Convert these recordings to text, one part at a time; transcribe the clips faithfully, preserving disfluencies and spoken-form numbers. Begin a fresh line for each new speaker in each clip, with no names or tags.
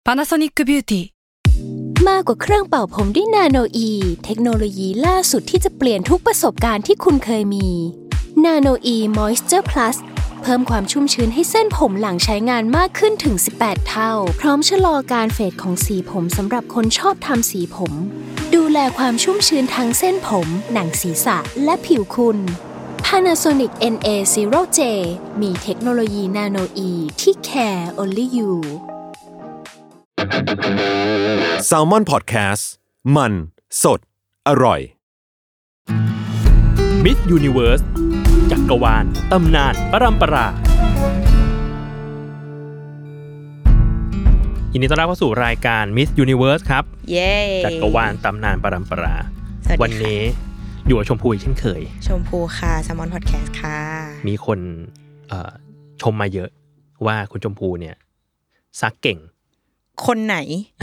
Panasonic Beauty
มากกว่าเครื่องเป่าผมด้วยนาโนอีเทคโนโลยีล่าสุดที่จะเปลี่ยนทุกประสบการณ์ที่คุณเคยมีนาโนอีมอยส์เจอร์พลัสเพิ่มความชุ่มชื้นให้เส้นผมหลังใช้งานมากขึ้นถึงสิบแปดเท่าพร้อมชะลอการเฟดของสีผมสำหรับคนชอบทำสีผมดูแลความชุ่มชื้นทั้งเส้นผมหนังศีรษะและผิวคุณ Panasonic เอ็น เอ ศูนย์ เจ มีเทคโนโลยีนาโนอีที่ care only you
Salmon Podcast มันสดอร่อย
Miss Universe จักรวาลตำนานปรัมปรายินดีต้อนรับเข้าสู่รายการ Miss Universe ครับ
เย้
จักรวาลตำนานปรัมปราวันนี้อยู่กับชมพูอีกเช่นเคย
ชมพูค่ะ Salmon Podcast ค่ะ
มีคนเอ่อชมมาเยอะว่าคุณชมพูเนี่ยซักเก่ง
คนไหน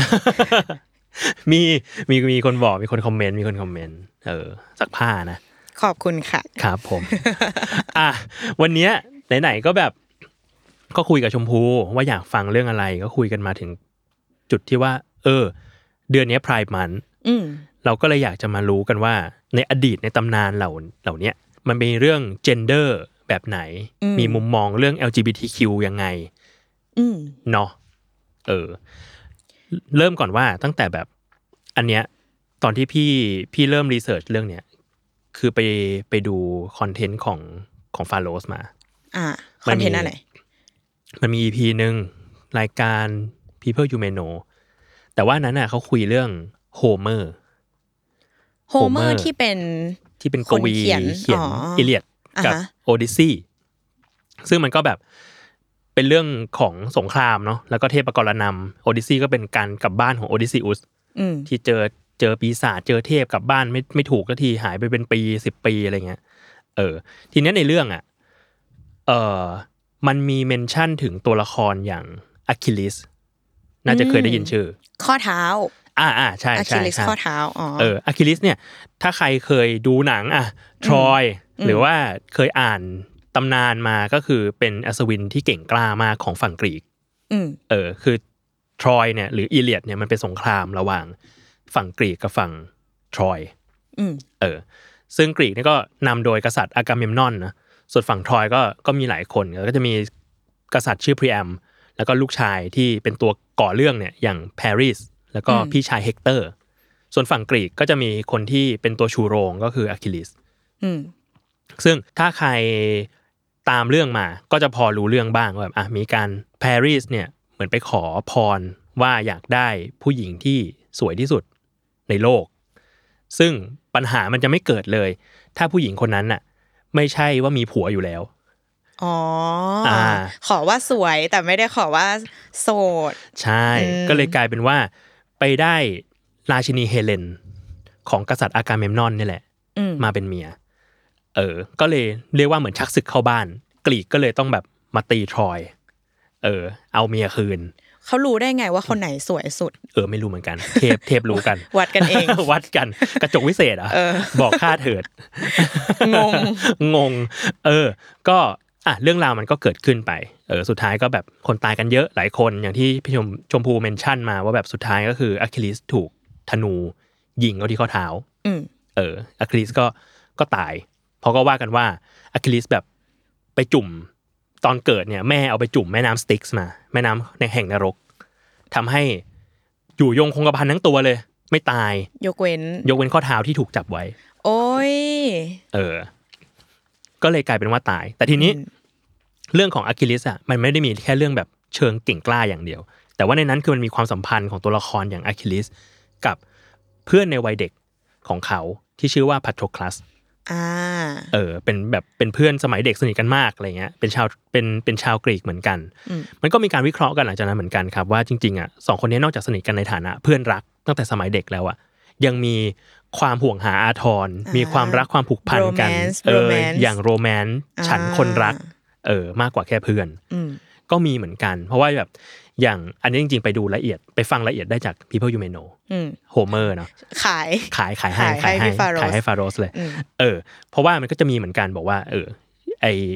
มีมีมีคนบอกมีคนคอมเมนต์มีคนคอมเมนต์เออซักผ้านะ
ขอบคุณค่ะ
ครับผม อ่ะวันนี้ไหนๆก็แบบก็คุยกับชมพูว่าอยากฟังเรื่องอะไรก็คุยกันมาถึงจุดที่ว่าเออเดือนนี้ไพร์มัน
อืม
เราก็เลยอยากจะมารู้กันว่าในอดีตในตำนานเหล่าเหล่านี้มันมีเรื่อง gender แบบไหนมีมุมมองเรื่อง แอล จี บี ที คิว ยังไง
อืม
เนาะเออเริ่มก่อนว่าตั้งแต่แบบอันเนี้ยตอนที่พี่พี่เริ่มรีเสิร์ชเรื่องเนี้ยคือไปไปดูคอนเทนต์ของของฟาโรสมา
อ่าคอนเทนต์อะไร
มันมี อี พี นึงรายการ People You May Know แต่ว่านั้นน่ะเขาคุยเรื่องโฮเมอร์
โฮเมอร์ที่เป็น
ที่เป็นกวีเขียนอิเลียดกับโอดิซีซึ่งมันก็แบบเป็นเรื่องของสงครามเนาะแล้วก็เทพกรณำโอดิซีก็เป็นการกลับบ้านของโอดิซิอุสที่เจอเจอปีศาจเจอเทพกลับบ้านไม่ไม่ถูกสักทีหายไปเป็นปีสิบปีอะไรเงี้ยเออทีนี้ในเรื่องอ่ะเออมันมีเมนชั่นถึงตัวละครอย่างอะคิลิสน่าจะเคยได้ยินชื่อ
ข้อเท้า
อ่าอ่าใช่ใช่
อะคิลิสข้อเท้าอ๋อ
เอออะคิลิสเนี่ยถ้าใครเคยดูหนังอ่ะทรอยหรือว่าเคยอ่านตำนานมาก็คือเป็นอัศวินที่เก่งกล้ามากของฝั่งกรีกเออคือทรอยเนี่ยหรืออีเลียดเนี่ยมันเป็นสงครามระหว่างฝั่งกรีกกับฝั่งทรอยเออซึ่งกรีกนี่ก็นำโดยกษัตริย์อากาเมมนอนนะส่วนฝั่งทรอยก็ก็มีหลายคนแล้วก็จะมีกษัตริย์ชื่อพรีแอมแล้วก็ลูกชายที่เป็นตัวก่อเรื่องเนี่ยอย่างแพริสแล้วก็พี่ชายเฮกเตอร์ส่วนฝั่งกรีกก็จะมีคนที่เป็นตัวชูโรงก็คืออะคิลิสซึ่งถ้าใครตามเรื่องมาก็จะพอรู้เรื่องบ้างว่าแบบอ่ะมีการปารีสเนี่ยเหมือนไปขอพรว่าอยากได้ผู้หญิงที่สวยที่สุดในโลกซึ่งปัญหามันจะไม่เกิดเลยถ้าผู้หญิงคนนั้นน่ะไม่ใช่ว่ามีผัวอยู่แล้ว
อ๋ออ่าขอว่าสวยแต่ไม่ได้ขอว่าโสด
ใช่ก็เลยกลายเป็นว่าไปได้ราชินีเฮเลนของกษัตริย์อากาเมมนอนนี่แหละมาเป็นเมียเออก็เลยเรียกว่าเหมือนชักศึกเข้าบ้านกรีกก็เลยต้องแบบมาตีทรอยเออเอาเมียคืน
เขารู้ได้ไงว่าคนไหนสวยสุด
เออไม่รู้เหมือนกันเทพเทพรู้กัน
วัดกันเอง
วัดกันกระจกวิเศษอ่ะบอกค่าเถิด
งง
งงเออก็อ่ะเรื่องราวมันก็เกิดขึ้นไปเออสุดท้ายก็แบบคนตายกันเยอะหลายคนอย่างที่พี่ชมชมพูเมนชั่นมาว่าแบบสุดท้ายก็คืออะคิลิสถูกธนูยิงเข้าที่ข้อเท้าเอออะคิลิสก็ก็ตายเพราะก็ว่ากันว่าอะคิลิสแบบไปจุ่มตอนเกิดเนี่ยแม่เอาไปจุ่มแม่น้ำสติกส์มาแม่น้ำในแห่งนรกทำให้อยู่ยงคงกระพันทั้งตัวเลยไม่ตาย
ยกเว้น
ยกเว้นข้อเท้าที่ถูกจับไว้
โอ้ย
เออก็เลยกลายเป็นว่าตายแต่ทีนี้เรื่องของอะคิลิสอ่ะมันไม่ได้มีแค่เรื่องแบบเชิงเก่งกล้าอย่างเดียวแต่ว่าในนั้นคือมันมีความสัมพันธ์ของตัวละครอย่างอะคิลิสกับเพื่อนในวัยเด็กของเขาที่ชื่อว่าพาโทคลัส
อ่า
เออเป็นแบบเป็นเพื่อนสมัยเด็กสนิทกันมากอะไรเงี้ยเป็นชาวเป็นเป็นชาวกรีกเหมือนกันมันก็มีการวิเคราะห์กันหลังจากนั้นเหมือนกันครับว่าจริงๆอ่ะสองคนนี้นอกจากสนิทกันในฐานะเพื่อนรักตั้งแต่สมัยเด็กแล้วอ่ะยังมีความห่วงหาอาทรมีความรักความผูกพันกันเอออย่างโรแมนต์ฉันคนรักเออมากกว่าแค่เพื่อนก็มีเหมือนกันเพราะว่าแบบอย่างอันนี้จริงๆไปดูละเอียดไปฟังละเอียดได้จาก People You May Know โฮเมอร์เนาะ
ขาย
ขายขายให้ขายให้ขายให้ฟาโรสเลยเออเพราะว่ามันก็จะมีเหมือนกันบอกว่าเออไอ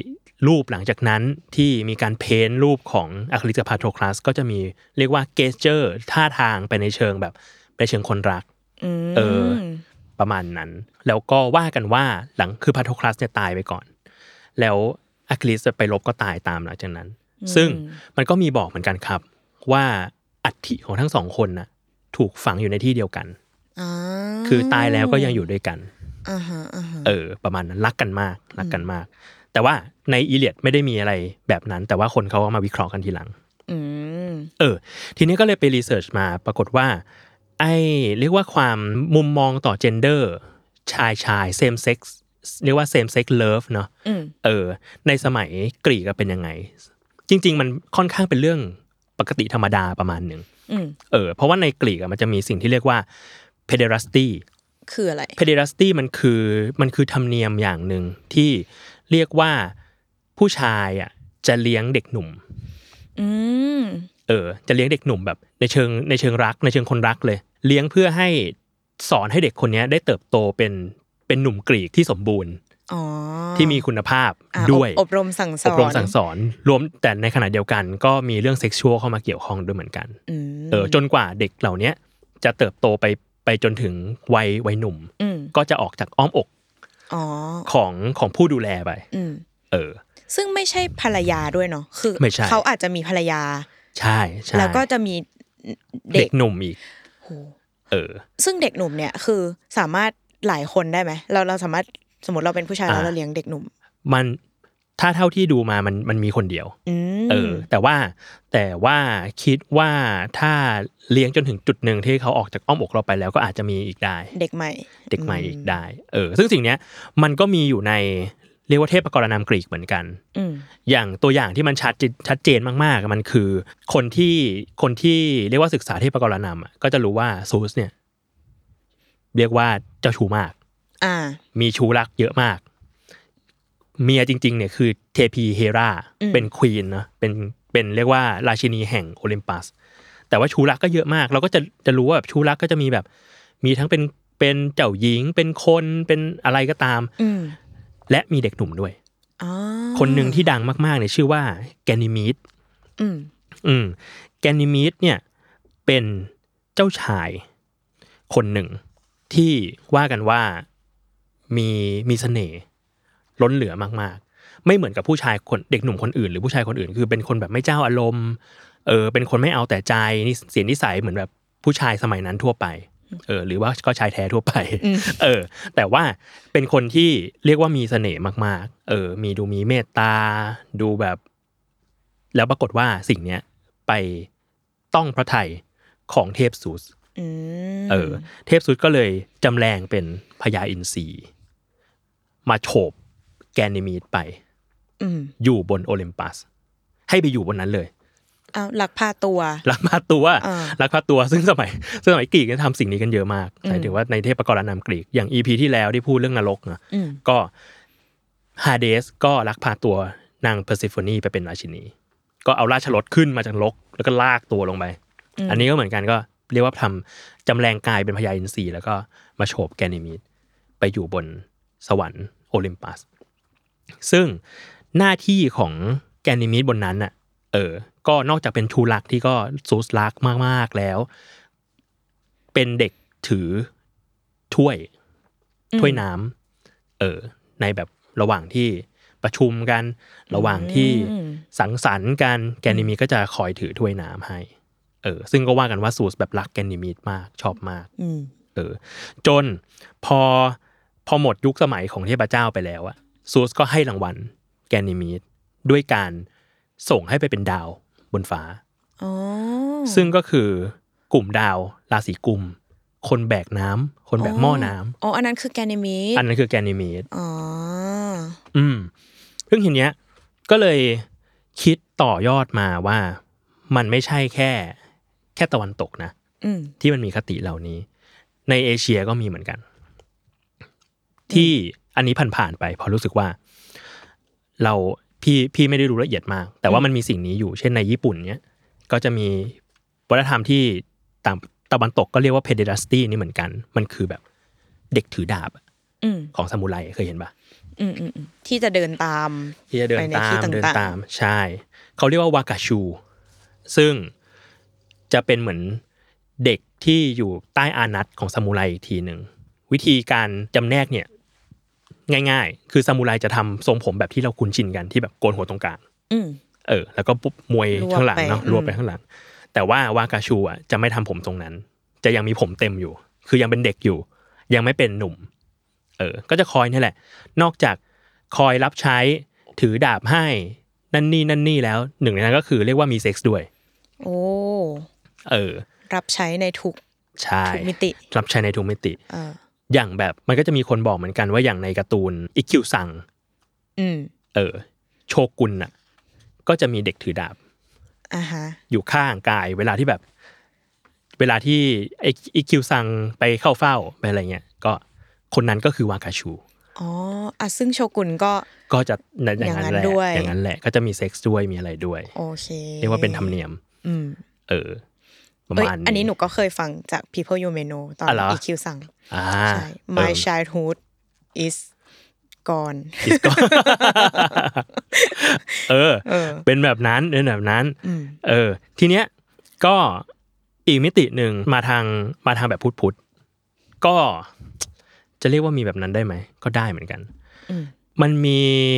รูปหลังจากนั้นที่มีการเพ้นท์รูปของอะคริลิสกับพาโทรคลัสก็จะมีเรียกว่าเกสเจอร์ท่าทางไปในเชิงแบบในเชิงคนรักเออประมาณนั้นแล้วก็ว่ากันว่าหลังคือพาโทรคลัสเนี่ยตายไปก่อนแล้วอะคริลิสไปลบก็ตายตามหลังจากนั้นซึ่งมันก็มีบอกเหมือนกันครับว่าอัฐิของทั้งสองคนน่ะถูกฝังอยู่ในที่เดียวกันคือตายแล้วก็ยังอยู่ด้วยกันเออประมาณนั้นรักกันมากรักกันมากแต่ว่าในอีเลียดไม่ได้มีอะไรแบบนั้นแต่ว่าคนเขาก็มาวิเคราะห์กันทีหลังเออทีนี้ก็เลยไปรีเสิร์ชมาปรากฏว่าไอ้เรียกว่าความมุมมองต่อเจนเดอร์ชายชาย same sex เรียกว่า same sex love เนาะเออในสมัยกรีกเป็นยังไงจริงๆมันค่อนข้างเป็นเรื่องปกติธรรมดาประมาณหนึ่งเออเพราะว่าในกรีกมันจะมีสิ่งที่เรียกว่า pederasty
คืออะไร
pederasty มันคือมันคือธรรมเนียมอย่างหนึ่งที่เรียกว่าผู้ชายอ่ะจะเลี้ยงเด็กหนุ่มเออจะเลี้ยงเด็กหนุ่มแบบในเชิงในเชิงรักในเชิงคนรักเลยเลี้ยงเพื่อให้สอนให้เด็กคนนี้ได้เติบโตเป็นเป็นหนุ่มกรีกที่สมบูรณ์ที่มีคุณภาพด้วย
อบรมสั่งสอน
อบรมสั่งสอนรวมแต่ในขณะเดียวกันก็มีเรื่องเซ็กชวลเข้ามาเกี่ยวข้องด้วยเหมือนกันเออจนกว่าเด็กเหล่านี้จะเติบโตไปไปจนถึงวัยวัยหนุ่มก็จะออกจากอ้อมอกของของผู้ดูแลไปเออ
ซึ่งไม่ใช่ภรรยาด้วยเนาะคือเขาอาจจะมีภรรยา
ใช่ใช่
แล้วก็จะมี
เด็กหนุ่มอีกเออ
ซึ่งเด็กหนุ่มเนี่ยคือสามารถหลายคนได้ไหมเราเราสามารถสมมติเราเป็นผู้ชายแล้วเราเลี้ยงเด็กหนุ่ม
มันถ้าเท่าที่ดูมามันมันมีคนเดียวเออแต่ว่าแต่ว่าคิดว่าถ้าเลี้ยงจนถึงจุดหนึ่งที่เขาออกจากอ้อมอกเราไปแล้วก็อาจจะมีอีกได้
เด็กใหม่
เด็กใหม่อีกได้เออซึ่งสิ่งเนี้ยมันก็มีอยู่ในเรียกว่าเทพกรณามกรีกเหมือนกันอย่างตัวอย่างที่มันชัดชัดเจนมากๆมันคือคนที่คนที่เรียกว่าศึกษาเทพกรณามก็จะรู้ว่าซูสเนี่ยเรียกว่าเจ้าชู้มากมีชู้รักเยอะมากเมียจริงๆเนี่ยคือเทพีเฮราเป็นควีนเนาะเป็นเป็นเรียกว่าราชินีแห่งโอลิมปัสแต่ว่าชู้รักก็เยอะมากเราก็จะจะรู้ว่าแบบชู้รักก็จะมีแบบมีทั้งเป็นเป็นเจ้าหญิงเป็นคนเป็นอะไรก็ตามและมีเด็กหนุ่มด้วยคนหนึ่งที่ดังมากๆเนี่ยชื่อว่าแกนิมีดอืมแกนิมีดเนี่ยเป็นเจ้าชายคนหนึ่งที่ว่ากันว่ามีมีเสน่ห์ล้นเหลือมากๆไม่เหมือนกับผู้ชายคนเด็กหนุ่มคนอื่นหรือผู้ชายคนอื่นคือเป็นคนแบบไม่เจ้าอารมณ์เออเป็นคนไม่เอาแต่ใจนี่เสียนิสัยเหมือนแบบผู้ชายสมัยนั้นทั่วไปเออหรือว่าก็ชายแท้ทั่วไปเออแต่ว่าเป็นคนที่เรียกว่ามีเสน่ห์มากๆเออมีดูมีเมตตาดูแบบแล้วปรากฏว่าสิ่งเนี้ยไปต้องพระทัยของเทพซูสเออเทพซูสก็เลยจำแรงเป็นพญาอินทรีมาโฉบแกนิมีดไปอยู่บนโอลิมปัสให้ไปอยู่บนนั้นเลย
อ้าวลักพาตัว
ลักพาตัวลักพาตัวซึ่งสมัยสมัยกรีกเนี่ยทำสิ่งนี้กันเยอะมากหมายถึงว่าในเทพกรณามกรีกอย่าง อี พี ที่แล้วที่พูดเรื่องนรกนะก็ฮาเดสก็ลักพาตัวนางเพอร์ซิโฟนีไปเป็นราชินีก็เอาราชรถขึ้นมาจากนรกแล้วก็ลากตัวลงไปอันนี้ก็เหมือนกันก็เรียกว่าทำจำแรงกายเป็นพญาอินทรีแล้วก็มาโฉบแกนิมีดไปอยู่บนสวรรค์โอลิมปัสซึ่งหน้าที่ของแกนิมีดบนนั้นน่ะเออก็นอกจากเป็นชูรักที่ก็ซูสรักมากๆแล้วเป็นเด็กถือถ้วยถ้วยน้ำเออในแบบระหว่างที่ประชุมกันระหว่างที่สังสรรค์กันแกนิมีดก็จะคอยถือถ้วยน้ำให้เออซึ่งก็ว่ากันว่าซูสแบบรักแกนิมีดมากชอบมากเออจนพอพอหมดยุคสมัยของเทพเจ้าไปแล้วอะซูสก็ให้รางวัลแกนิมีดด้วยการส่งให้ไปเป็นดาวบนฟ้าซึ่งก็คือกลุ่มดาวราศีกุมคนแบกน้ำคนแบกหม้อน้ำ
อ๋ออันนั้นคือแกนิมีด
อันนั้นคือแกนิมีดอ๋ออืมซึ่งทีเนี้ยก็เลยคิดต่อยอดมาว่ามันไม่ใช่แค่แค่ตะวันตกนะที่มันมีคติเหล่านี้ในเอเชียก็มีเหมือนกันที่อันนี้ผ่านๆไปพอรู้สึกว่าเราพี่พี่ไม่ได้รู้ละเอียดมากแต่ว่ามันมีสิ่งนี้อยู่เช่นในญี่ปุ่นเนี้ยก็จะมีวัฒนธรรมที่ต่างตะวันตกก็เรียกว่าเพเดรัสตี้นี่เหมือนกันมันคือแบบเด็กถือดาบของซามูไรเคยเห็นปะ
อืมๆๆที่จะเดินตาม
ที่จะเดินตามเดินตามใช่เขาเรียกว่าวากาชูซึ่งจะเป็นเหมือนเด็กที่อยู่ใต้อานัตของซามูไรอีกทีนึงวิธีการจำแนกเนี่ยง่ายๆคือซามูไรจะทำทรงผมแบบที่เราคุ้นชินกันที่แบบโกนหัวตรงกลาง
อืม
เออแล้วก็ปุ๊บมวยข้างหลังเนาะรวบไปข้างหลังแต่ว่าวากาชูอ่ะจะไม่ทำผมตรงนั้นจะยังมีผมเต็มอยู่คือยังเป็นเด็กอยู่ยังไม่เป็นหนุ่มเออก็จะคอยนี่แหละนอกจากคอยรับใช้ถือดาบให้นั่นนี่นั่นนี่แล้วหนึ่งในนั้นก็คือเรียกว่ามีเซ็กส์ด้วย
โอ้
เออ
รับใช้ในทุก
ใช่
ทุกมิติ
รับใช้ในทุกมิติ
เออ
อย่างแบบมันก็จะมีคนบอกเหมือนกันว่าอย่างในการ์ตูนอิคิวซัง
อืม
เออโชกุนน่ะก็จะมีเด็กถือดาบ
อ่าฮะ
อยู่ข้างกายเวลาที่แบบเวลาที่ไอ้อิคิวซังไปเข้าเฝ้าไปอะไรเงี้ยก็คนนั้นก็คือวากาชู
อ๋ออ่ะซึ่งโชกุนก็
ก็จะอย่างนั้นแหละอย่างนั้นแหละก็จะมีเซ็กส์ด้วยมีอะไรด้วย
โอเค
เรียกว่าเป็นธรรมเนียม
อืม
เออประมาณนี้
อันนี้หนูก็เคยฟังจาก People You May Know ตอน อี คิว ซังใช่ My childhood is gone
is gone เออเป็นแบบนั้นเป็นแบบนั้นเออทีเนี้ยก็อีกมิตินึงมาทางมาทางแบบพุทธๆก็จะเรียกว่ามีแบบนั้นได้ไหมก็ได้เหมือนกันมันมี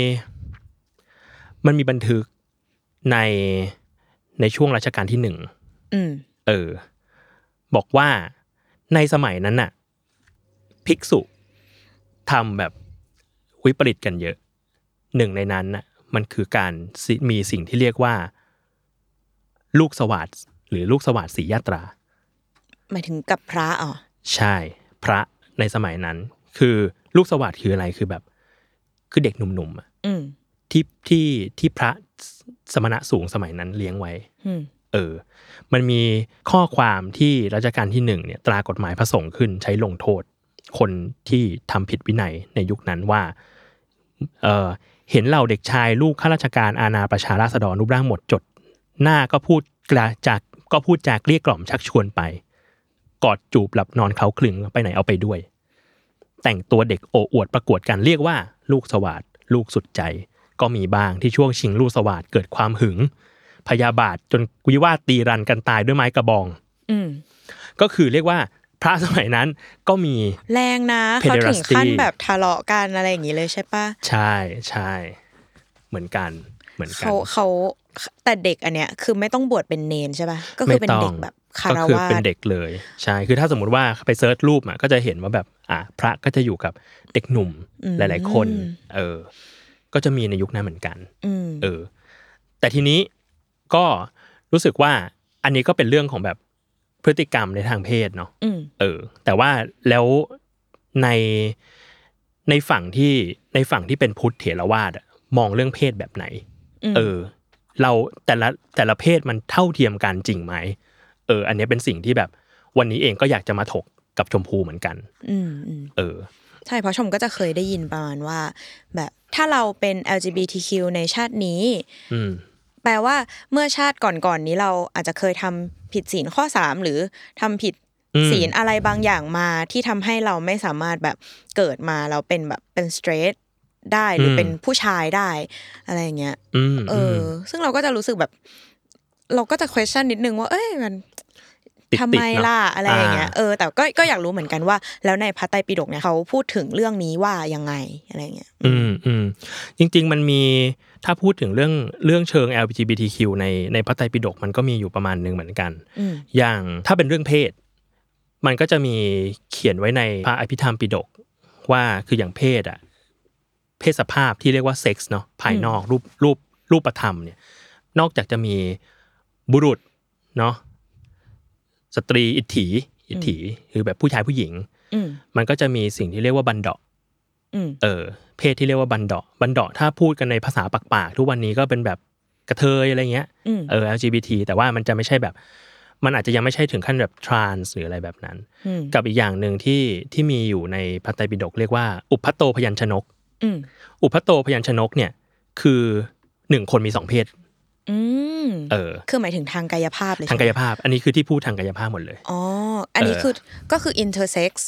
มันมีบันทึกในในช่วงรัชกาลที่หนึ่งเออบอกว่าในสมัยนั้นน่ะภิกษุทำแบบวิปริตกันเยอะหนึ่งในนั้นน่ะมันคือการมีสิ่งที่เรียกว่าลูกสวาทหรือลูกสวาทสียาตรา
หมายถึงกับพระอ๋อ
ใช่พระในสมัยนั้นคือลูกสวาทคืออะไรคือแบบคือเด็กหนุ่มๆอ่ะที่ที่ที่พระสมณะสูงสมัยนั้นเลี้ยงไว้เออมันมีข้อความที่รัชกาลที่หนึ่งเนี่ยตรากฎหมายพระสงฆ์ขึ้นใช้ลงโทษคนที่ทำผิดวินัยในยุคนั้นว่าเออเห็นเหล่าเด็กชายลูกข้าราชการอาณาประชาราษฎรรูปร่างหมดจดหน้าก็พูดจากก็พูดจากเกลี้ยกล่อมชักชวนไปกอดจูบหลับนอนเขาคลึงไปไหนเอาไปด้วยแต่งตัวเด็กโอ้อวดประกวดกันเรียกว่าลูกสวาทลูกสุดใจก็มีบ้างที่ช่วงชิงลูกสวาทเกิดความหึงพยาบาทจนวิวาทตีรันกันตายด้วยไม้กระบอง
อืม
ก็คือเรียกว่าพระสมัยนั้นก็มี
แรงนะเขาถึงขั้นแบบทะเลาะกันอะไรอย่างนี้เลยใช่ปะ
ใช่ใช่เหมือนกันเหมือนกัน
เขาเขาแต่เด็กอันเนี้ยคือไม่ต้องบวชเป็นเนนใช่ปะก็คือเป็นเด็กแบบคารวะก็คือ
เป็นเด็กเลยใช่คือถ้าสมมุติว่าไปเซิร์ชรูปอ่ะก็จะเห็นว่าแบบอ่ะพระก็จะอยู่กับเด็กหนุ่มหลายๆคนเออก็จะมีในยุคนั้นเหมือนกันเออแต่ทีนี้ก็รู้สึกว่าอันนี้ก็เป็นเรื่องของแบบพฤติกรรมในทางเพศเนาะเออแต่ว่าแล้วในในฝั่งที่ในฝั่งที่เป็นพุทธเถรวาทอะมองเรื่องเพศแบบไหนเออเราแต่ละแต่ละเพศมันเท่าเทียมกันจริงไหมเอออันนี้เป็นสิ่งที่แบบวันนี้เองก็อยากจะมาถกกับชมพูเหมือนกันเออ
ใช่เพราะชมก็จะเคยได้ยินประมาณว่าแบบถ้าเราเป็น แอล จี บี ที คิว ในชาตินี้แปลว่าเมื่อชาติก่อนๆนี้เราอาจจะเคยทำผิดศีลข้อสามหรือทำผิดศีลอะไรบางอย่างมาที่ทำให้เราไม่สามารถแบบเกิดมาเราเป็นแบบเป็นสเตรทได้หรือเป็นผู้ชายได้อะไรอย่างเงี้ยเออซึ่งเราก็จะรู้สึกแบบเราก็จะ question นิดนึงว่าเอ้ยมันทำไมล่ะอะไรอย่างเงี้ยเออแต่ก็ก็อยากรู้เหมือนกันว่าแล้วในพระไตรปิฎกเนี่ยเขาพูดถึงเรื่องนี้ว่ายังไงอะไรเงี้ย
อืมอืมจริงๆมันมีถ้าพูดถึงเรื่องเรื่องเชิง แอล จี บี ที คิว ในในพระไตรปิฎกมันก็มีอยู่ประมาณนึงเหมือนกันอย่างถ้าเป็นเรื่องเพศมันก็จะมีเขียนไว้ในพระอภิธรรมปิฎกว่าคืออย่างเพศอ่ะเพศสภาพที่เรียกว่าเซ็กส์เนาะภายนอกรูปรูปรูปธรรมเนี่ยนอกจากจะมีบุรุษเนาะสตรีอิทธิอิทธิคือแบบผู้ชายผู้หญิงมันก็จะมีสิ่งที่เรียกว่าบันเดาะเออเพศที่เรียกว่าบันเดาะบันเดาะถ้าพูดกันในภาษาปากๆทุกวันนี้ก็เป็นแบบกระเทยอะไรเงี้ยเออ แอล จี บี ที แต่ว่ามันจะไม่ใช่แบบมันอาจจะยังไม่ใช่ถึงขั้นแบบทรานส์หรืออะไรแบบนั้นกับอีกอย่างนึงที่ที่มีอยู่ในพระไตรปิฎกเรียกว่าอุพัตโตพยัญชนกอุพัตโตพยัญชนกเนี่ยคือหนึ่งคนมีสองเพศ
อืม
เออ
คือหมายถึงทางกายภาพเลย
ทางกายภาพอันนี้คือที่พูดทางกายภาพหมดเลย
อ๋ออันนี้คือก็คือ intersex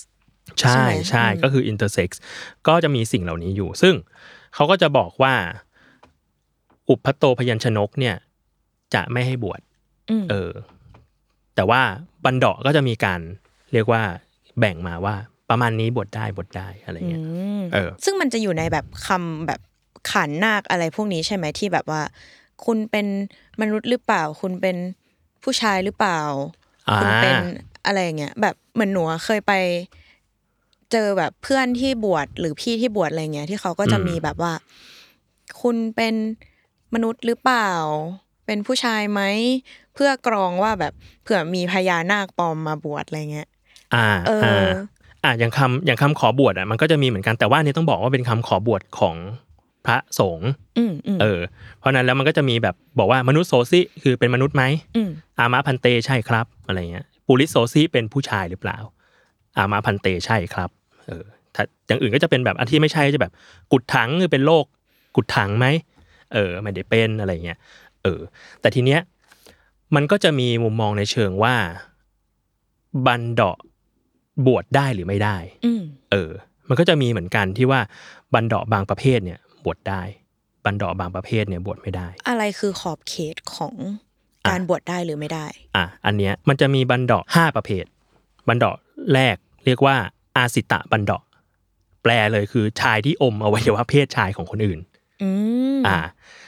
ใช่ใช่ก็คือ intersex ก็จะมีสิ่งเหล่านี้อยู่ซึ่งเขาก็จะบอกว่าอุปโตพยัญชนกเนี่ยจะไม่ให้บวชเออแต่ว่าบันเดาะก็จะมีการเรียกว่าแบ่งมาว่าประมาณนี้บวชได้บวชได้อะไรเงี้ยเออ
ซึ่งมันจะอยู่ในแบบคำแบบขันนาคอะไรพวกนี้ใช่ไหมที่แบบว่าคุณเป็นมนุษย์หรือเปล่าคุณเป็นผู้ชายหรือเปล่าคุณเป็นอะไรเงี้ยแบบเหมือนหนูเคยไปเจอแบบเพื่อนที่บวชหรือพี่ที่บวชอะไรเงี้ยที่เขาก็จะมีแบบว่าคุณเป็นมนุษย์หรือเปล่าเป็นผู้ชายไหมเพื่อกรองว่าแบบเผื่อมีพญานาคปลอมมาบวชอะไรเงี้ย
อ่าเอออ่าอย่างคำอย่างคำขอบวชอ่ะมันก็จะมีเหมือนกันแต่ว่านี่ต้องบอกว่าเป็นคำขอบวชของพระสงฆ์เออเพราะนั้นแล้วมันก็จะมีแบบบอกว่ามนุษย์โสซิคือเป็นมนุษย์ไหมอามะพันเตใช่ครับอะไรเงี้ยปุริสโสซิเป็นผู้ชายหรือเปล่าอามะพันเตใช่ครับเออถ้าอย่างอื่นก็จะเป็นแบบอันที่ไม่ใช่จะแบบกุดถังคือเป็นโรคกุดถังไหมเออไม่ได้เป็นอะไรเงี้ยเออแต่ทีเนี้ยมันก็จะมีมุมมองในเชิงว่าบันเดาะบวชได้หรือไม่ได้เออมันก็จะมีเหมือนกันที่ว่าบันเดาะบางประเภทเนี่ยบวชได้บันเดาะบางประเภทเนี่ยบวชไม่ได้
อะไรคือขอบเขตของการบวชได้หรือไม่ได้
อ่ะอันเนี้ยมันจะมีบันเดาะห้าประเภทบันเดาะแรกเรียกว่าอาสิตะบันเดาะแปลเลยคือชายที่อมอวัยวะเพศชายของคนอื่น
อืม
อ่า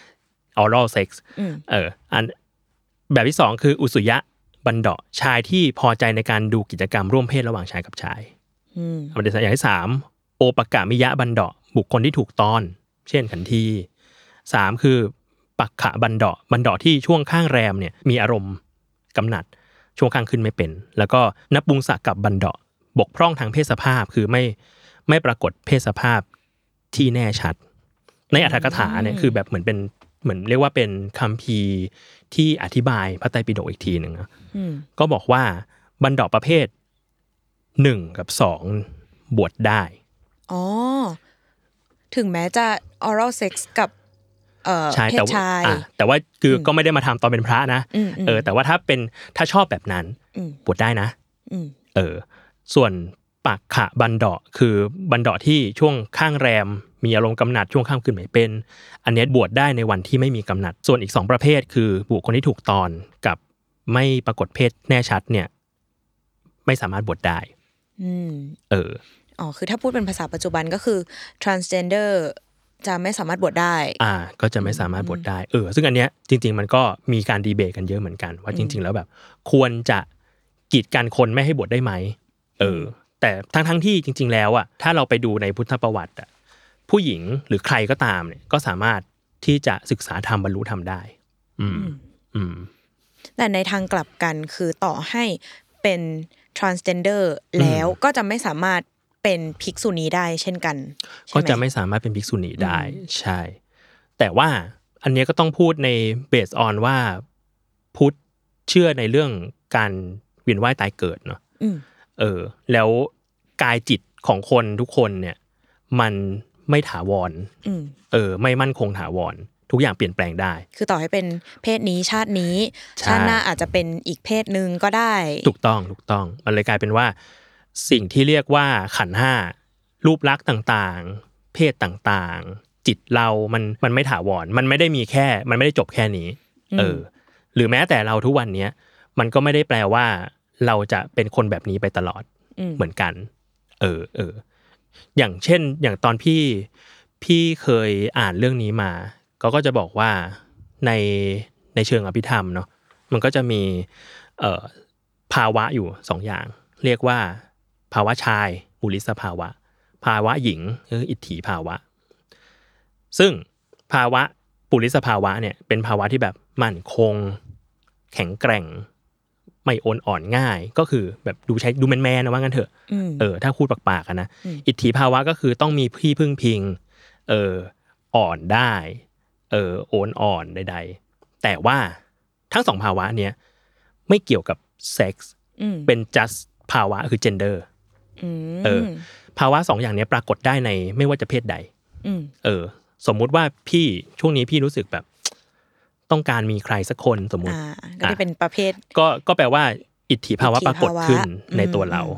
oral sex เอออันแบบที่สองคืออุสุยะบันเดาะชายที่พอใจในการดูกิจกรรมร่วมเพศระหว่างชายกับชาย
อืม
อันที่อย่างที่สามโอปกามิยะบันเดาะบุคคลที่ถูกต้อนเช่นขันทีสามคือปักขะบันเดาะบันเดาะที่ช่วงข้างแรมเนี่ยมีอารมณ์กำหนัดช่วงข้างขึ้นไม่เป็นแล้วก็นับปุงสะกับบันเดาะบกพร่องทางเพศสภาพคือไม่ไม่ปรากฏเพศสภาพที่แน่ชัดในอรรถกถาเนี่ยคือแบบเหมือนเป็นเหมือนเรียกว่าเป็นคัมภีร์ที่อธิบายพระไตรปิฎกอีกทีนึงนะก็บอกว่าบันเดาะประเภทหนึ่งกับสองบวชได้
อ๋อถึงแม้จะ oral sex กับเอ่อเพศชาย
แต่ว่าคือก็ไม่ได้มาทำตอนเป็นพระนะเออแต่ว่าถ้าเป็นถ้าชอบแบบนั้นบวชได้นะเออส่วนปักขะบันเดาะคือบันเดาะที่ช่วงข้างแรมมีอารมณ์กำหนัดช่วงข้ามคืนไม่เป็นอันนี้บวชได้ในวันที่ไม่มีกำหนัดส่วนอีกสองประเภทคือบุคคลที่ถูกตอนกับไม่ปรากฏเพศแน่ชัดเนี่ยไม่สามารถบวชได้เออ
อ๋อคือถ้าพูดเป็นภาษาปัจจุบันก็คือ transgender จะไม่สามารถบวชได้
อ่าก็จะไม่สามารถบวชได้เออซึ่งอันเนี้ยจริงๆมันก็มีการดีเบตกันเยอะเหมือนกันว่าจริงๆแล้วแบบควรจะกีดกันคนไม่ให้บวชได้ไหมเออแต่ทั้งๆที่จริงๆแล้วอ่ะถ้าเราไปดูในพุทธประวัติอ่ะผู้หญิงหรือใครก็ตามเนี่ยก็สามารถที่จะศึกษาธรรมบรรลุธรรมได้อืมอืม
แต่ในทางกลับกันคือต่อให้เป็น transgender แล้วก็จะไม่สามารถเป็นภิกษุณีได้เช่นกัน
ก็จะไม่สามารถเป็นภิกษุณีได้ใช่แต่ว่าอันนี้ก็ต้องพูดในเบสออนว่าพุทธเชื่อในเรื่องการเวียนว่ายตายเกิดเนาะเออแล้วกายจิตของคนทุกคนเนี่ยมันไม่ถาวรเออไม่มั่นคงถาวรทุกอย่างเปลี่ยนแปลงได้
คือต่อให้เป็นเพศนี้ชาตินี้ชาติหน้าอาจจะเป็นอีกเพศนึงก็ได้
ถูกต้องถูกต้องมันเลยกลายเป็นว่าสิ่งที่เรียกว่าขันธ์ห้ารูปลักษณ์ต่างๆเพศต่างๆจิตเรามันมันไม่ถาวรมันไม่ได้มีแค่มันไม่ได้จบแค่นี้เออหรือแม้แต่เราทุกวันนี้มันก็ไม่ได้แปลว่าเราจะเป็นคนแบบนี้ไปตลอดเหมือนกันเออเอออย่างเช่นอย่างตอนพี่พี่เคยอ่านเรื่องนี้มาก็ก็จะบอกว่าในในเชิงอภิธรรมเนาะมันก็จะมีเอ่อภาวะอยู่สองอย่างเรียกว่าภาวะชายปุริสภาวะภาวะหญิงคืออิทธิภาวะซึ่งภาวะปุริสภาวะเนี่ยเป็นภาวะที่แบบมั่นคงแข็งแกร่งไม่โอนอ่อนง่ายก็คือแบบดูใช้ดูแมนๆนะว่างั้นเถอะเออถ้าพูดปากๆนะอิทธิภาวะก็คือต้องมีที่พึ่งพิงเอออ่อนได้เออโอนอ่อนใดๆแต่ว่าทั้งสองภาวะเนี้ยไม่เกี่ยวกับเซ็กส์เป็น just ภาวะคือ gender เออภาวะสองอย่างนี้ปรากฏได้ในไม่ว่าจะเพศใดเออสมมุติว่าพี่ช่วงนี้พี่รู้สึกแบบต้องการมีใครสักคนสมมุติ
ก็จะเป็นประเภท
ก็ก็แปลว่าอิทธิภาวะปรากฏขึ้นในตัวเรา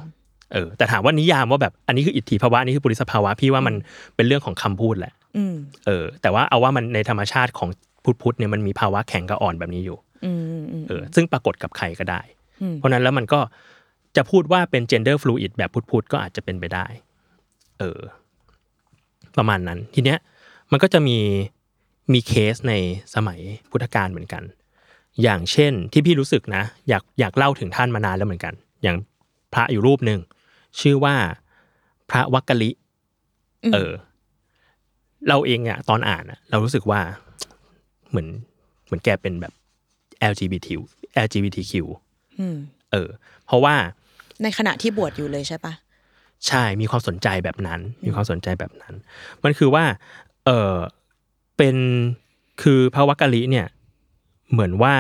เออแต่ถามว่านิยามว่าแบบอันนี้คืออิทธิภาวะนี่คือปุริสภาวะพี่ว่ามันเป็นเรื่องของคำพูดแหละเออแต่ว่าเอาว่ามันในธรรมชาติของพุทธๆเนี่ยมันมีภาวะแข็งกับอ่อนแบบนี้อยู่เออซึ่งปรากฏกับใครก็ได้เพราะนั้นแล้วมันก็จะพูดว่าเป็น gender fluid แบบพุทธๆก็อาจจะเป็นไปได้เออประมาณนั้นทีเนี้ยมันก็จะมีมีเคสในสมัยพุทธกาลเหมือนกันอย่างเช่นที่พี่รู้สึกนะอยากอยากเล่าถึงท่านมานานแล้วเหมือนกันอย่างพระอยู่รูปหนึ่งชื่อว่าพระวักกลิเออเราเองอะตอนอ่านอะเรารู้สึกว่าเหมือนเหมือนแกเป็นแบบ แอล จี บี ที แอล จี บี ที คิว เออเพราะว่า
ในขณะที่บวชอยู่เลยใช่ปะ
ใช่มีความสนใจแบบนั้นมีความสนใจแบบนั้นมันคือว่าเออเป็นคือพระวักกลิเนี่ยเหมือนว่า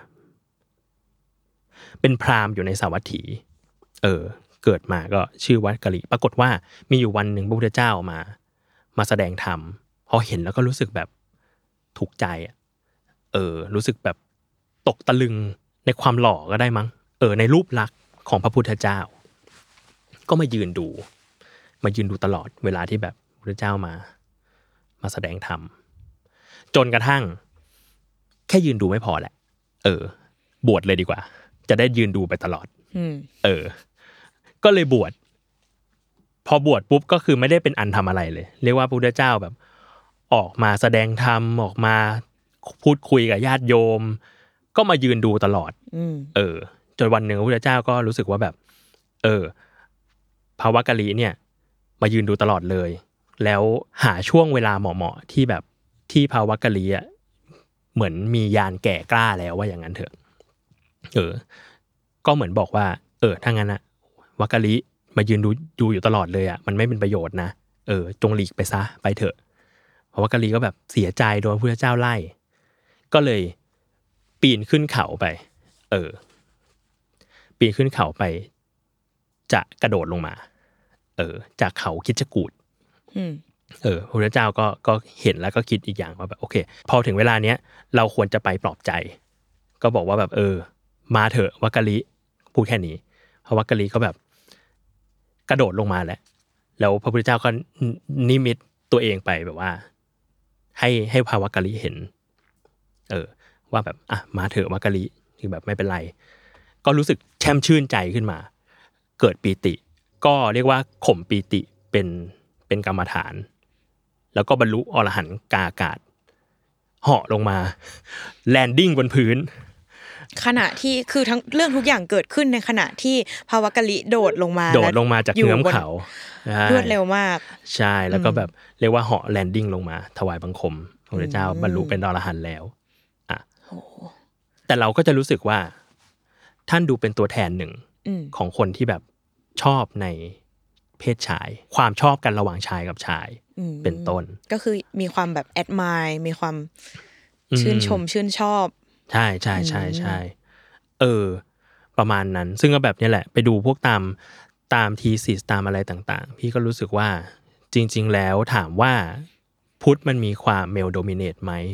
เป็นพราหมณ์อยู่ในสาวัตถีเออเกิดมาก็ชื่อวักกลิปรากฏว่ามีอยู่วันหนึ่งพระพุทธเจ้ามามาแสดงธรรมพอเห็นแล้วก็รู้สึกแบบถูกใจอ่ะเออรู้สึกแบบตกตะลึงในความหล่อก็ได้มั้งเออในรูปลักษณ์ของพระพุทธเจ้าก็มายืนดูมายืนดูตลอดเวลาที่แบบพระพุทธเจ้ามามาแสดงธรรมจนกระทั่งแค่ยืนดูไม่พอแหละเออบวชเลยดีกว่าจะได้ยืนดูไปตลอดเออก็เลยบวชพอบวชปุ๊บก็คือไม่ได้เป็นอันทำอะไรเลยเรียกว่าพระพุทธเจ้าแบบออกมาแสดงธรรมออกมาพูดคุยกับญาติโยมก็มายืนดูตลอดเออจนวันหนึ่งพระพุทธเจ้าก็รู้สึกว่าแบบเออพระวักกลิเนี่ยมายืนดูตลอดเลยแล้วหาช่วงเวลาเหมาะๆที่แบบที่พระวักกลิอ่ะเหมือนมียานแก่กล้าแล้วว่าอย่างนั้นเถอะเออก็เหมือนบอกว่าเออถ้างั้นนะวักกลิมายืนดูดูอยู่ตลอดเลยอ่ะมันไม่เป็นประโยชน์นะเออจงหลีกไปซะไปเถอะพระวักกลิก็แบบเสียใจโดนพระพุทธเจ้าไล่ก็เลยปีนขึ้นเขาไปเออปีนขึ้นเขาไปจะกระโดดลงมาเออจากเขาคิชกูฏเออพระพุทธเจ้าก็ก็เห็นแล้วก็คิดอีกอย่างว่าแบบโอเคพอถึงเวลาเนี้ยเราควรจะไปปลอบใจก็บอกว่าแบบเออมาเถอะวักกลิพูดแค่นี้พระวักกลิก็แบบกระโดดลงมาแล้วแล้วพระพุทธเจ้าก็นิมิตตัวเองไปแบบว่าให้ให้พระวักกลิเห็นเออว่าแบบอ่ะมาเถอะวักกลิคือแบบไม่เป็นไรก็รู้สึกแช่มชื่นใจขึ้นมาเกิดปีติก็เรียกว่าข่มปีติเป็นเป็นกรรมฐานแล้วก็บรรลุอรหันต์กาอากาศเหาะลงมาแลนดิ้งบนพื้น
ขณะที่คือทั้งเรื่องทุกอย่างเกิดขึ้นในขณะที่พระวักกลิโดดลงมา
โดดลงมาจากเงื้อมเขา
รวดเร็วมาก
ใช่แล้วก็แบบเรียกว่าเหาะแลนดิ้งลงมาถวายบังคมพระพุทธเจ้าบรรลุเป็นอรหันต์แล้วอ่ะแต่เราก็จะรู้สึกว่าท่านดูเป็นตัวแทนหนึ่งของคนที่แบบชอบในเพศชายความชอบกันระหว่างชายกับชายเป็นต้น
ก็คือมีความแบบแอดมายมีความชื่นชมชื่นชอบ
ใช่ใช่ใช่ใช่เออประมาณนั้นซึ่งก็แบบนี้แหละไปดูพวกตามตามทีซิสตามอะไรต่างๆพี่ก็รู้สึกว่าจริงๆแล้วถามว่าพุทธมันมีความเมลโดมิเนตไหม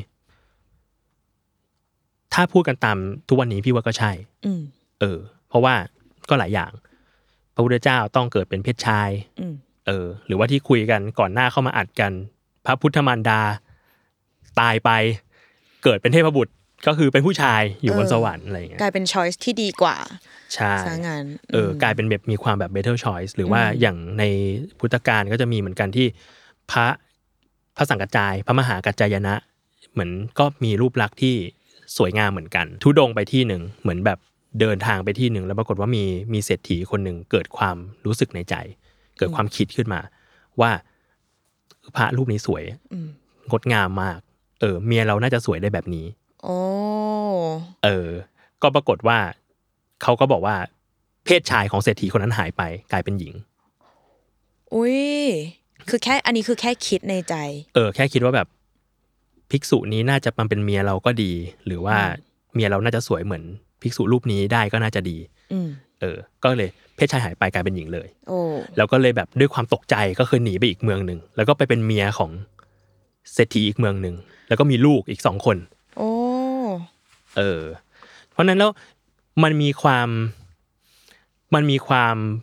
ถ้าพูดกันตามทุกวันนี้พี่ว่าก็ใช่เออเพราะว่าก็หลายอย่างพระพุทธเจ้าต้องเกิดเป็นเพศชายเออหรือว่าที่คุยกันก่อนหน้าเข้ามาอัดกันพระพุทธมารดาตายไปเกิดเป็นเทพบุตรก็คือเป็นผู้ชายอยู่บนสวรรค์อะไรอย่างเงี้ย
กลายเป็น choice ที่ดีกว่า
ใช่ซะงั้นเออกลายเป็นแบบมีความแบบ better choice หรือว่าอย่างในพุทธกาลก็จะมีเหมือนกันที่พระพระสังฆจายพระมหากัจจายนะเหมือนก็มีรูปลักษณ์ที่สวยงามเหมือนกันทุดงไปที่นึงเหมือนแบบเดินทางไปที่นึงแล้วปรากฏว่ามีมีเศรษฐีคนนึงเกิดความรู้สึกในใจเกิดความคิดขึ้นมาว่าพระรูปนี้สวยงดงามมากเออเมียเราน่าจะสวยได้แบบนี้
โอ้
เออก็ปรากฏว่าเขาก็บอกว่าเพศชายของเศรษฐีคนนั้นหายไปกลายเป็นหญิง
อุ้ยคือแค่อันนี้คือแค่คิดในใจ
เออแค่คิดว่าแบบภิกษุนี้น่าจะมันเป็นเมียเราก็ดีหรือว่าเมียเราน่าจะสวยเหมือนภิกษุรูปนี้ได้ก็น่าจะดีเออก็เลยเพศชายหายไปกลายเป็นหญิงเลย
โอ้
แล้วก็เลยแบบด้วยความตกใจก็คือหนีไปอีกเมืองนึงแล้วก็ไปเป็นเมียของเศรษฐีอีกเมืองนึงแล้วก็มีลูกอีกสองคน
โอ้
เออเพราะนั้นแล้วมันมีความมันมีความ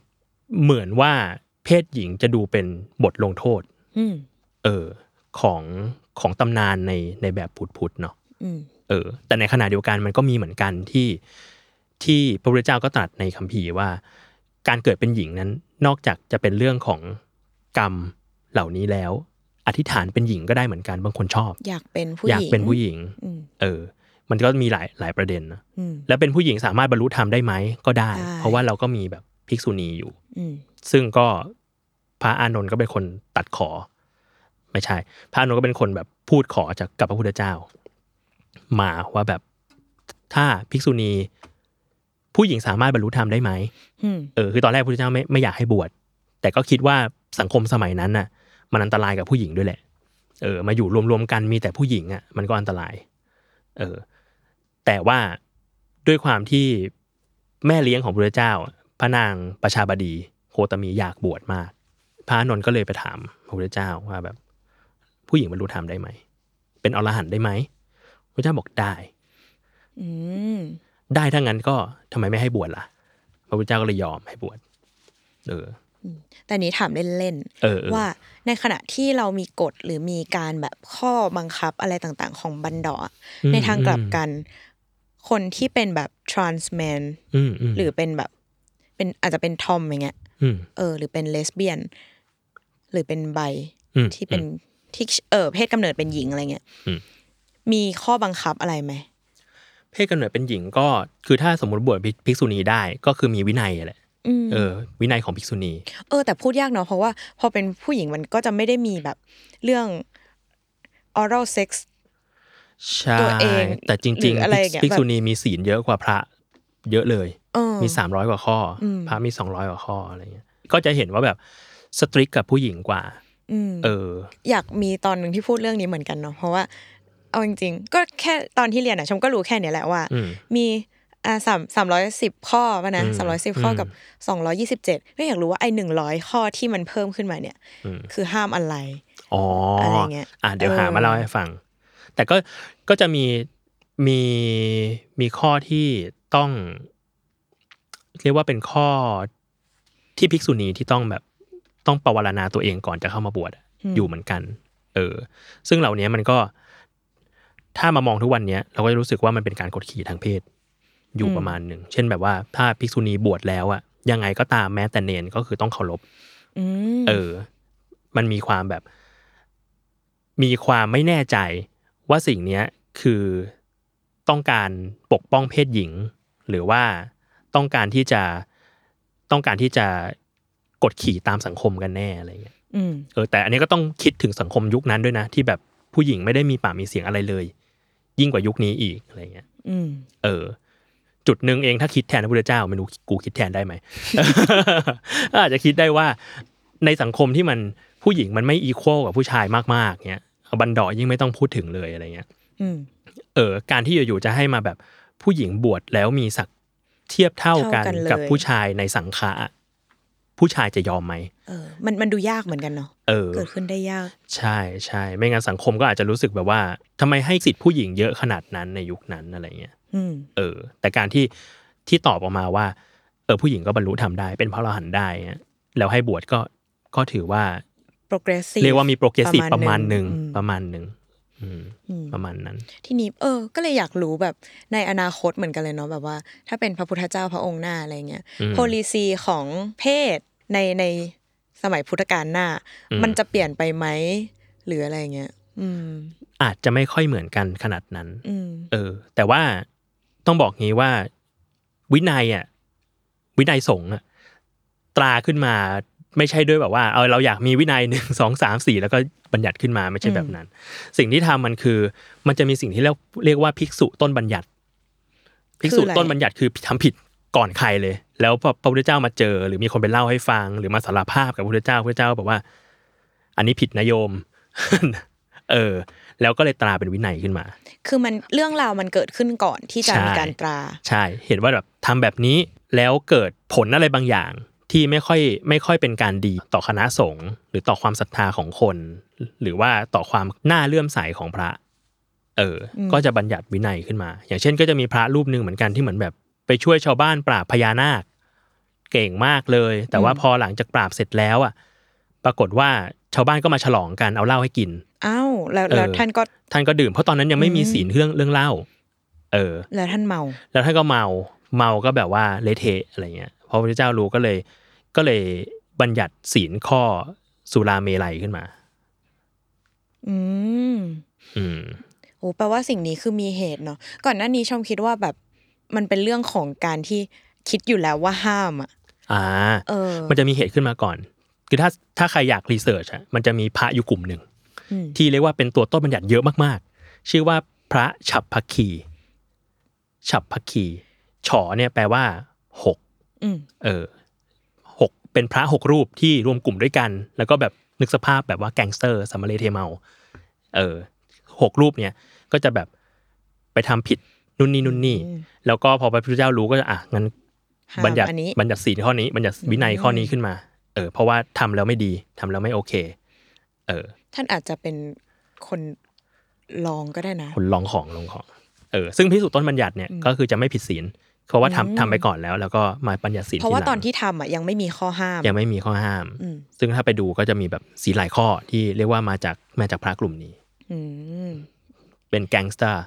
เหมือนว่าเพศหญิงจะดูเป็นบทลงโทษเออของของตำนานในในแบบพุทธๆเนาะเออแต่ในขณะเดียวกันมันก็มีเหมือนกันที่ที่พระพุทธเจ้าก็ตรัสในคัมภีร์ว่าการเกิดเป็นหญิงนั้นนอกจากจะเป็นเรื่องของกรรมเหล่านี้แล้วอธิษฐานเป็นหญิงก็ได้เหมือนกันบางคนชอบ
อยากเป็นผู้หญิง
อยากเป็นผู้หญิงเออมันก็มีหลายหลายประเด็นนะแล้วเป็นผู้หญิงสามารถบรรลุธรรมได้ไหมก็ได้เพราะว่าเราก็มีแบบภิกษุณีอยู่ซึ่งก็พระอานนท์ก็เป็นคนตัดขอไม่ใช่พระอานนท์ก็เป็นคนแบบพูดขอจากกับพระพุทธเจ้ามาว่าแบบถ้าภิกษุณีผู้หญิงสามารถบรรลุธรรมได้ไหมเออคือตอนแรกพระพุทธเจ้าไม่ไม่อยากให้บวชแต่ก็คิดว่าสังคมสมัยนั้นน่ะมันอันตรายกับผู้หญิงด้วยแหละเออมาอยู่รวมๆกันมีแต่ผู้หญิงอ่ะมันก็อันตรายเออแต่ว่าด้วยความที่แม่เลี้ยงของพระพุทธเจ้าพระนางประชาบดีโคตมีอยากบวชมากพระอานนท์ก็เลยไปถามพระพุทธเจ้าว่าแบบผู้หญิงบรรลุธรรมได้ไหมเป็นอรหันต์ได้ไหมพระเจ้าบอกได้อืมได้ถ้างั้นก็ทำไมไม่ให้บวชล่ะพระพุทธเจ้าก็เลยยอมให้บวชเออ
แต่นี้ถามเล่นๆว่าในขณะที่เรามีกฎหรือมีการแบบข้อบังคับอะไรต่างๆของบันดาในทางกลับกันคนที่เป็นแบบ trans man หรือเป็นแบบเป็นอาจจะเป็นทอมอย่างเงี้ยเออหรือเป็นเลสเบี้ยนหรือเป็นไบที่เป็นที่เออเพศกำเนิดเป็นหญิงอะไรเงี้ยมีข้อบังคับอะไรไหม
เพศกำเนิดเป็นหญิงก็คือถ้าสมมติบวชภิกษุณีได้ก็คือมีวินัยแหละเออวินัยของภิกษุณี
เออแต่พูดยากเนาะเพราะว่าพอเป็นผู้หญิงมันก็จะไม่ได้มีแบบเรื่อง oral sex
ใช่แต่จริงๆภิกษุณีมีศีลเยอะกว่าพระเยอะเลยมีสามร้อยกว่าข้อพระมีสองร้อยกว่าข้ออะไรเงี้ยก็จะเห็นว่าแบบสตริกกับผู้หญิงกว่าเออ
อยากมีตอนนึงที่พูดเรื่องนี้เหมือนกันเนาะเพราะว่าเอาจริงๆก็แค่ตอนที่เรียนอ่ะชมก็รู้แค่นี้แหละว่ามีอ่า3 สามร้อยสิบข้อป่ะนะสามร้อยสิบข้อกับสองร้อยยี่สิบเจ็ดก็อยากรู้ว่าไอ้หนึ่งร้อยข้อที่มันเพิ่มขึ้นมาเนี่ยคือห้ามอะไร
อ๋ออะไรเงี้ยอ่ะเดี๋ยวหามาเล่าให้ฟังแต่ก็ก็จะมีมีมีข้อที่ต้องเรียกว่าเป็นข้อที่ภิกษุณีที่ต้องแบบต้องปวารณาตัวเองก่อนจะเข้ามาบวชอยู่เหมือนกันเออซึ่งเหล่านี้มันก็ถ้ามามองทุกวันนี้เราก็จะรู้สึกว่ามันเป็นการกดขี่ทางเพศอยู่ประมาณหนึ่งเช่นแบบว่าถ้าภิกษุณีบวชแล้วอะยังไงก็ตามแม้แต่เนนก็คือต้องเคารพเออมันมีความแบบมีความไม่แน่ใจว่าสิ่งนี้คือต้องการปกป้องเพศหญิงหรือว่าต้องการที่จะต้องการที่จะกดขี่ตามสังคมกันแน่อะไรเงี้ยเออแต่อันนี้ก็ต้องคิดถึงสังคมยุคนั้นด้วยนะที่แบบผู้หญิงไม่ได้มีปากมีเสียงอะไรเลยยิ่งกว่ายุคนี้อีกอะไรเงี้ยเออจุดนึงเองถ้าคิดแทนพระพุทธเจ้าไม่รู้กูคิดแทนได้ไหม อาจจะคิดได้ว่าในสังคมที่มันผู้หญิงมันไม่อีควอลกับผู้ชายมากๆเงี้ยบันดายิ่งไม่ต้องพูดถึงเลยอะไรเงี้ยเออการที่อยู่ๆจะให้มาแบบผู้หญิงบวชแล้วมีศักดิ์เทียบเท่ากันกับผู้ชายในสังฆะผู้ชายจะยอมไหม
เออมันมันดูยากเหมือนกันเนาะเออเกิดขึ้นได้ยาก
ใช่ใช่ไม่งั้นสังคมก็อาจจะรู้สึกแบบว่าทำไมให้สิทธิผู้หญิงเยอะขนาดนั้นในยุคนั้นอะไรเงี้ยเออแต่การที่ที่ตอบออกมาว่าเออผู้หญิงก็บรรลุธรรมได้เป็นพระอรหันต์ได้แล้วให้บวชก็ก็ถือว่า
progressive
เรียกว่ามี progressive ประมาณนึงประมาณนึงประมาณนั้น
ทีนี้เออก็เลยอยากรู้แบบในอนาคตเหมือนกันเลยเนาะแบบว่าถ้าเป็นพระพุทธเจ้าพระองค์หน้าอะไรเงี้ย policy ของเพศในในสมัยพุทธกาลหน้ามันจะเปลี่ยนไปไหมหรืออะไรเงี้ยอืม
อาจจะไม่ค่อยเหมือนกันขนาดนั้นเออแต่ว่าต้องบอกงี้ว่าวินัยอ่ะวินัยสงฆ์อ่ะตราขึ้นมาไม่ใช่ด้วยแบบว่าเออเราอยากมีวินัยหนึ่ง สอง สาม สี่แล้วก็บัญญัติขึ้นมาไม่ใช่แบบนั้นสิ่งที่ทำมันคือมันจะมีสิ่งที่เรียกเรียกว่าภิกษุต้นบัญญัติภิกษุต้นบัญญัติคือทำผิดก่อนใครเลยแล้วพอพระพุทธเจ้ามาเจอหรือมีคนไปเล่าให้ฟังหรือมาสารภาพกับพระพุทธเจ้าพระพุทธเจ้าบอกว่าอันนี้ผิดนะโยม เออแล้วก็เลยตราเป็นวินัยขึ้นมา
คือมันเรื่องราวมันเกิดขึ้นก่อนที่จะมีการตรา
ใช่เห็นว่าแบบทำแบบนี้แล้วเกิดผลอะไรบางอย่างที่ไม่ค่อยไม่ค่อยเป็นการดีต่อคณะสงฆ์หรือต่อความศรัทธาของคนหรือว่าต่อความน่าเลื่อมใสของพระเออก็จะบัญญัติวินัยขึ้นมาอย่างเช่นก็จะมีพระรูปนึงเหมือนกันที่เหมือนแบบไปช่วยชาวบ้านปราบพญานาคเก่งมากเลยแต่ว่าพอหลังจากปราบเสร็จแล้วอ่ะปรากฏว่าชาวบ้านก็มาฉลองกันเอาเหล้าให้กิน
อ้าวแล้วแล้วท่านก็
ท่านก็ดื่มเพราะตอนนั้นยังไม่มีศีลเรื่องเรื่องเหล้าเออ
แล้วท่านเมา
แล้วท่านก็เมาเมาก็แบบว่าเละเทะอะไรเงี้ยพอพระเจ้ารู้ก็เลยก็เลยบัญญัติศีลข้อสุราเมลัยขึ้นมา
อืมอืมโอ้แปลว่าสิ่งนี้คือมีเหตุเนาะก่อนหน้านี้ชมคิดว่าแบบมันเป็นเรื่องของการที่คิดอยู่แล้วว่าห้ามอ่ะ
อ่าเออมันจะมีเหตุขึ้นมาก่อนคือถ้าถ้าใครอยากรีเสิร์ชอ่ะมันจะมีพระอยู่กลุ่มหนึ่งที่เรียกว่าเป็นตัวต้นบัญญัติเยอะมากๆชื่อว่าพระฉัพพคีฉัพพคีฉอเนี่ยแปลว่าหกเออหกเป็นพระหกรูปที่รวมกลุ่มด้วยกันแล้วก็แบบนึกสภาพแบบว่าแก๊งสเตอร์สัมมาเลเทเมาเออหกรูปเนี่ยก็จะแบบไปทำผิดนู่นนี่นู่นนี่แล้วก็พอพระพุทธเจ้ารู้ก็จะอ่ะงั้นบัญญัติบัญญัติศีลข้อนี้บัญญัติวินัยข้อนี้ขึ้นมาเออเพราะว่าทำแล้วไม่ดีทำแล้วไม่โอเคเออ
ท่านอาจจะเป็นคนลองก็ได้นะ
คนลองของลองของเออซึ่งพิสูจน์ต้นบัญญัติเนี่ยก็คือจะไม่ผิดศีลเพราะว่าทำทำไปก่อนแล้วแล้วก็มาบัญญัติศีล
เพราะว่าตอนที่ทำอ่ะยังไม่มีข้อห้าม
ยังไม่มีข้อห้ามซึ่งถ้าไปดูก็จะมีแบบศีลหลายข้อที่เรียกว่ามาจากมาจากพระกลุ่มนี้เป็นแก๊งสเตอร์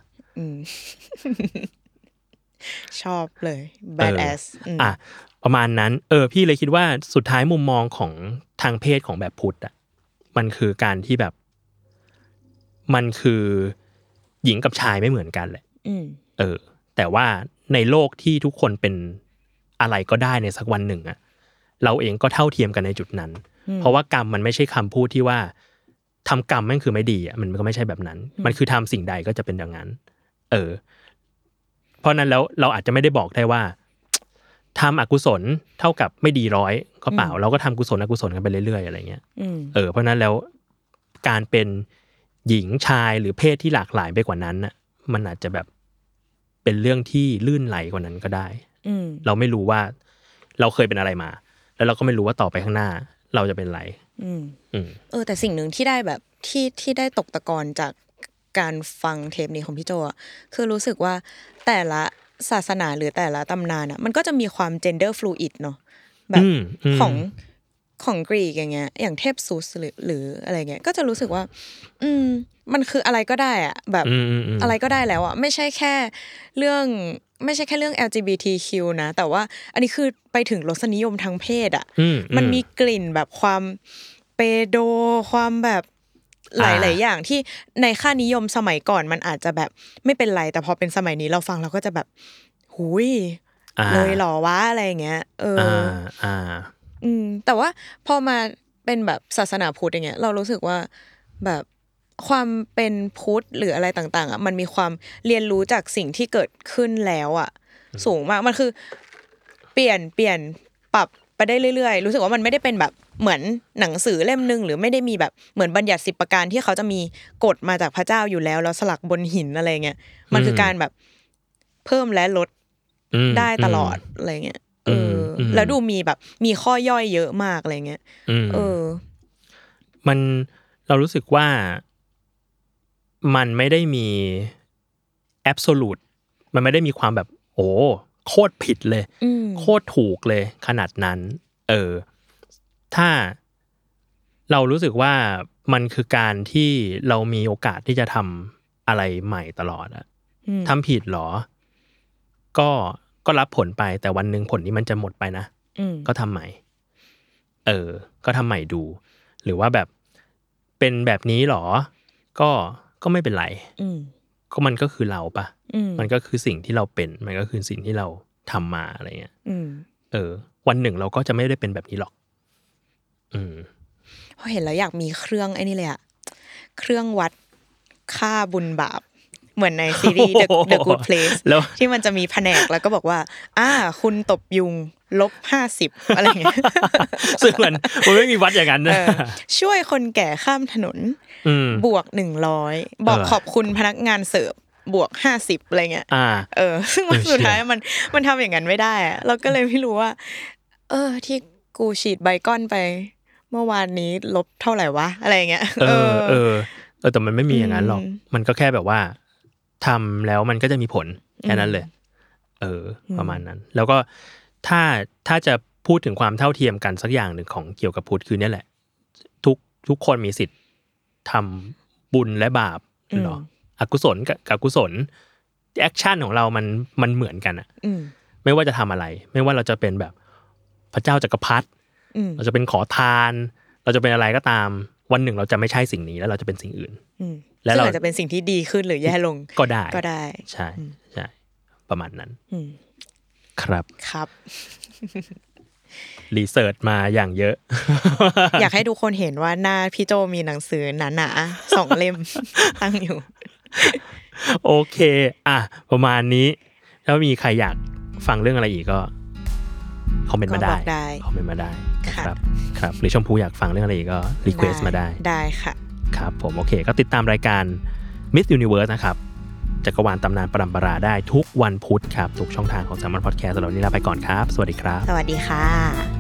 ชอบเลย badass
อ่ะประมาณนั้นเออพี่เลยคิดว่าสุดท้ายมุมมองของทางเพศของแบบพุทธอ่ะมันคือการที่แบบมันคือหญิงกับชายไม่เหมือนกันแหละเออแต่ว่าในโลกที่ทุกคนเป็นอะไรก็ได้ในสักวันหนึ่งอ่ะเราเองก็เท่าเทียมกันในจุดนั้นเพราะว่ากรรมมันไม่ใช่คำพูดที่ว่าทำกรรมนั่นคือไม่ดีอ่ะมันก็ไม่ใช่แบบนั้นมันคือทำสิ่งใดก็จะเป็นอย่างนั้นเออเพราะนั้นแล้วเราอาจจะไม่ได้บอกได้ว่าทำอกุศลเท่ากับไม่ดีร้อยก็เปล่าเราก็ทำกุศลอกุศลกันไปเรื่อยๆอะไรเงี้ยเออเพราะนั้นแล้วการเป็นหญิงชายหรือเพศที่หลากหลายไปกว่านั้นน่ะมันอาจจะแบบเป็นเรื่องที่ลื่นไหลกว่านั้นก็ได้เราไม่รู้ว่าเราเคยเป็นอะไรมาแล้วเราก็ไม่รู้ว่าต่อไปข้างหน้าเราจะเป็นอะไร
เออแต่สิ่งหนึ่งที่ได้แบบที่ที่ได้ตกตะกอนจากการฟังเทปนี้ของพี่โจอ่ะคือรู้สึกว่าแต่ละศาสนาหรือแต่ละตำนานอ่ะมันก็จะมีความ gender fluid เนาะแบบของของกรีกอย่างเงี้ยอย่างเทพซูสหรือหรืออะไรเงี้ยก็จะรู้สึกว่าอืมมันคืออะไรก็ได้อ่ะแบบอะไรก็ได้แล้วอ่ะไม่ใช่แค่เรื่องไม่ใช่แค่เรื่อง แอล จี บี ที คิว นะแต่ว่าอันนี้คือไปถึงรสนิยมทางเพศอ่ะมันมีกลิ่นแบบความเปโดความแบบหลายๆอย่างที่ในค่านิยมสมัยก่อนมันอาจจะแบบไม่เป็นไรแต่พอเป็นสมัยนี้เราฟังเราก็จะแบบหุยเลยหรอวะอะไรอย่างเงี้ยเอออ่าอืมแต่ว่าพอมาเป็นแบบศาสนาพุทธอย่างเงี้ยเรารู้สึกว่าแบบความเป็นพุทธหรืออะไรต่างๆอ่ะมันมีความเรียนรู้จากสิ่งที่เกิดขึ้นแล้วอ่ะสูงมากมันคือเปลี่ยนเปลี่ยนปรับไปได้เรื่อยๆรู้สึกว่ามันไม่ได้เป็นแบบเหมือนหนังสือเล่มนึงหรือไม่ได้มีแบบเหมือนบัญญัติสิบประการที่เขาจะมีกฎมาจากพระเจ้าอยู่แล้วแล้วสลักบนหินอะไรเงี้ยมันคือการแบบเพิ่มและลดได้ตลอดอะไรเงี้ยเออแล้วดูมีแบบมีข้อย่อยเยอะมากอะไรเงี้ยเออ
มันเรารู้สึกว่ามันไม่ได้มีแอบโซลูทมันไม่ได้มีความแบบโอ้โคตรผิดเลยโคตรถูกเลยขนาดนั้นเออถ้าเรารู้สึกว่ามันคือการที่เรามีโอกาสที่จะทำอะไรใหม่ตลอดอะทำผิดหรอก็ก็รับผลไปแต่วันนึงผลนี้มันจะหมดไปนะก็ทำใหม่เออก็ทำใหม่ดูหรือว่าแบบเป็นแบบนี้หรอก็ก็ไม่เป็นไรก็มันก็คือเราปะมันก็คือสิ่งที่เราเป็นมันก็คือสิ่งที่เราทำมาอะไรเงี้ยเออวันหนึ่งเราก็จะไม่ได้เป็นแบบนี้หรอกอืม
พอเห็นแล้วอยากมีเครื่องไอ้นี่เลยอะเครื่องวัดค่าบุญบาปเหมือนในซีรีส์ The, The Good Place ที่มันจะมีแผนกแล้วก็บอกว่าอ่าคุณตบยุงลบห้าสิบอะไรเงี้ย
ซึ่งมันมันไม่มีวัดอย่างนั้นนะ
ช่วยคนแก่ข้ามถนนบวกหนึ่งร้อยบอกขอบคุณพนักงานเสิร์ฟบวกห้าสิบอะไรเงี้ยเออซึ่งมันสุดท้ายมันมันทำอย่างนั้นไม่ได้อะเราก็เลยไม่รู้ว่าเออที่กูฉีดไบคอนไปเมื่อวานนี้ลบเท่าไหร่วะอะไรเงี้ย
เออเออเออแต่มันไม่มีอย่างนั้นหรอกมันก็แค่แบบว่าทำแล้วมันก็จะมีผลแค่นั้นเลยเออประมาณนั้นแล้วก็ถ้าถ้าจะพูดถึงความเท่าเทียมกันสักอย่างหนึ่งของเกี่ยวกับพุทธคือเนี่ยแหละทุกทุกคนมีสิทธิ์ทำบุญและบาปหรออกุศลกับอกุศลแอคชั่นของเรามันมันเหมือนกันอ่ะไม่ว่าจะทำอะไรไม่ว่าเราจะเป็นแบบพระเจ้าจักรพรรดิเราจะเป็นขอทานเราจะเป็นอะไรก็ตามวันหนึ่งเราจะไม่ใช่สิ่งนี้แล้วเราจะเป็นสิ่งอื่น
แล้วเราจะเป็นสิ่งที่ดีขึ้นหรือแย่ลง
ก็ได้
ก็ได้
ใช่ใช่ประมาณนั้นครับ
ครับ
รีเสิร์ชมาอย่างเยอะ
อยากให้ทุกคนเห็นว่าหน้าพี่โจมีหนังสือหนาๆสองเล่มตั้งอยู่
โอเคอ่ะประมาณนี้ถ้ามีใครอยากฟังเรื่องอะไรอีกก็คอมเมนต์มาได้คอมเมนต์มาได้ครับครับหรือชมพูอยากฟังเรื่องอะไรอีกก็รีเควสต์มาได้
ได้ค่ะ
ครับผมโอเคก็ติดตามรายการ Miss Universe นะครับจักรวาลตำนานปรัมปราได้ทุกวันพุธครับทุกช่องทางของ Salmon Podcast สำหรับวันนี้ลาไปก่อนครับสวัสดีครับ
สวัสดีค่ะ